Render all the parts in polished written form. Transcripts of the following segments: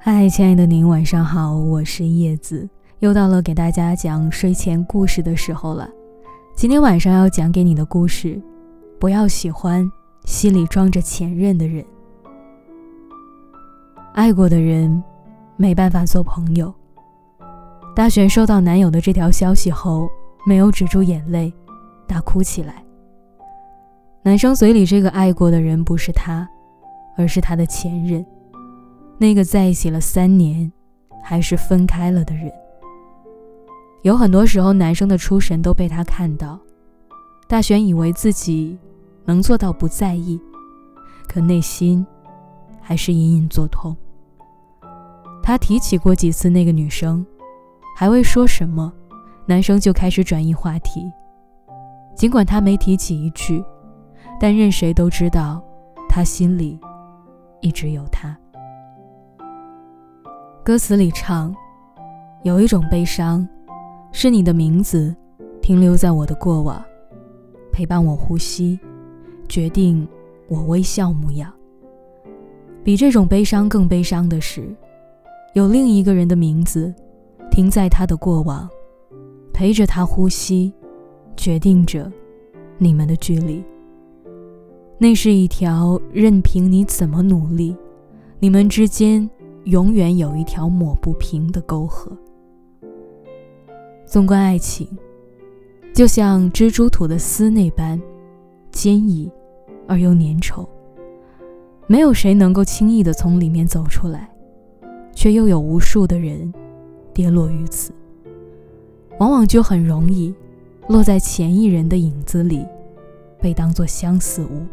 嗨，亲爱的您，晚上好，我是叶子，又到了给大家讲睡前故事的时候了。今天晚上要讲给你的故事，不要喜欢心里装着前任的人。爱过的人没办法做朋友。大璇收到男友的这条消息后，没有止住眼泪，大哭起来。男生嘴里这个爱过的人不是他，而是他的前任，那个在一起了3年还是分开了的人。有很多时候男生的出神都被他看到，大璇以为自己能做到不在意，可内心还是隐隐作痛。他提起过几次那个女生，还未说什么，男生就开始转移话题。尽管他没提起一句，但任谁都知道他心里一直有他。歌词里唱，有一种悲伤，是你的名字停留在我的过往，陪伴我呼吸，决定我微笑模样。比这种悲伤更悲伤的是，有另一个人的名字停在他的过往，陪着他呼吸，决定着你们的距离。那是一条任凭你怎么努力，你们之间永远有一条抹不平的沟壑。纵观爱情，就像蜘蛛吐的丝那般坚毅而又粘稠，没有谁能够轻易地从里面走出来，却又有无数的人跌落于此，往往就很容易落在前一人的影子里，被当作相似物。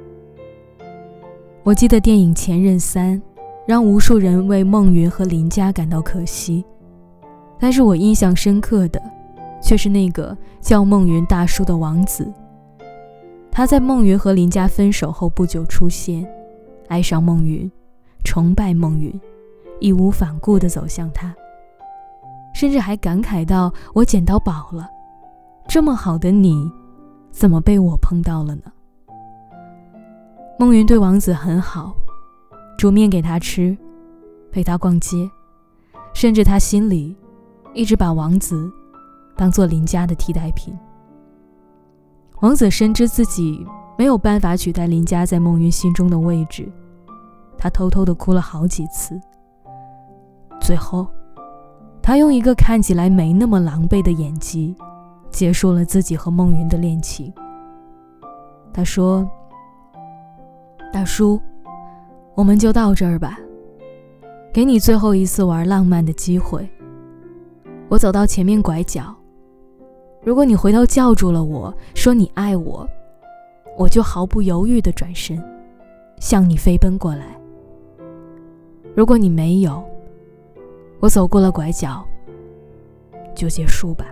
我记得电影《前任3》让无数人为孟云和林佳感到可惜，但是我印象深刻的却是那个叫孟云大叔的王子。他在孟云和林佳分手后不久出现，爱上孟云，崇拜孟云，义无反顾地走向他，甚至还感慨到，我捡到宝了，这么好的你怎么被我碰到了呢？孟云对王子很好，煮面给他吃，陪他逛街，甚至他心里一直把王子当作林佳的替代品。王子深知自己没有办法取代林佳在孟云心中的位置，他偷偷地哭了好几次。最后他用一个看起来没那么狼狈的演技结束了自己和孟云的恋情。他说，大叔，我们就到这儿吧，给你最后一次玩浪漫的机会。我走到前面拐角，如果你回头叫住了我，说你爱我，我就毫不犹豫地转身向你飞奔过来。如果你没有，我走过了拐角，就结束吧。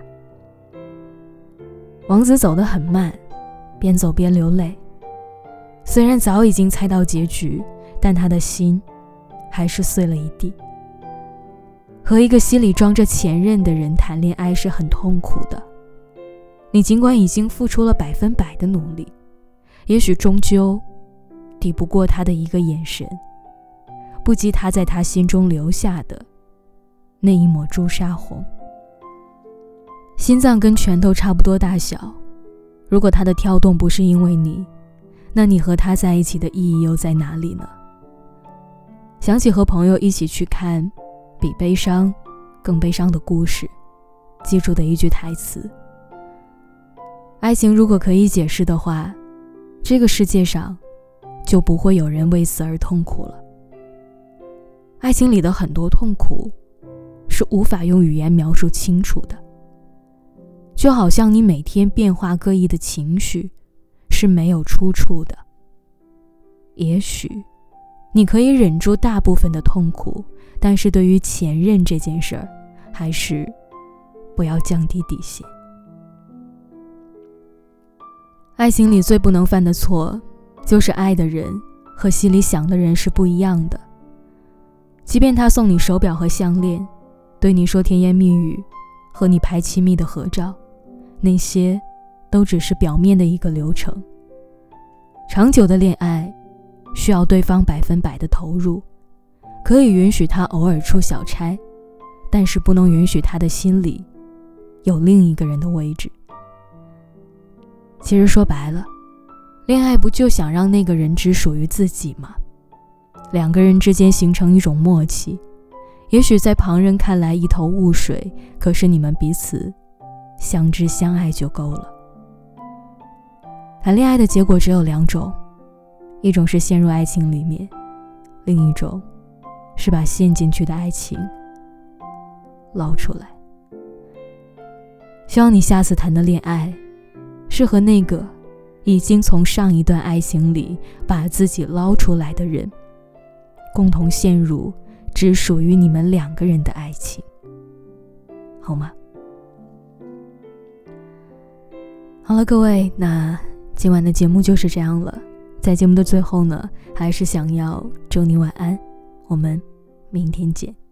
王子走得很慢，边走边流泪。虽然早已经猜到结局，但他的心还是碎了一地。和一个心里装着前任的人谈恋爱是很痛苦的，你尽管已经付出了100%的努力，也许终究抵不过他的一个眼神，不及他在他心中留下的那一抹朱砂红。心脏跟拳头差不多大小，如果他的跳动不是因为你，那你和他在一起的意义又在哪里呢？想起和朋友一起去看比悲伤更悲伤的故事，记住的一句台词，爱情如果可以解释的话，这个世界上就不会有人为此而痛苦了。爱情里的很多痛苦是无法用语言描述清楚的，就好像你每天变化各异的情绪是没有出处的。也许你可以忍住大部分的痛苦，但是对于前任这件事儿，还是不要降低底线。爱情里最不能犯的错，就是爱的人和心里想的人是不一样的。即便他送你手表和项链，对你说甜言蜜语，和你拍亲密的合照，那些都只是表面的一个流程。长久的恋爱需要对方100%的投入， 可以允许他偶尔出小差，但是不能允许他的心里有另一个人的位置。其实说白了，恋爱不就想让那个人只属于自己吗？两个人之间形成一种默契，也许在旁人看来一头雾水，可是你们彼此相知相爱就够了。谈恋爱的结果只有两种，一种是陷入爱情里面，另一种是把陷进去的爱情捞出来。希望你下次谈的恋爱是和那个已经从上一段爱情里把自己捞出来的人共同陷入只属于你们两个人的爱情，好吗？好了，各位，那今晚的节目就是这样了。在节目的最后呢，还是想要祝你晚安，我们明天见。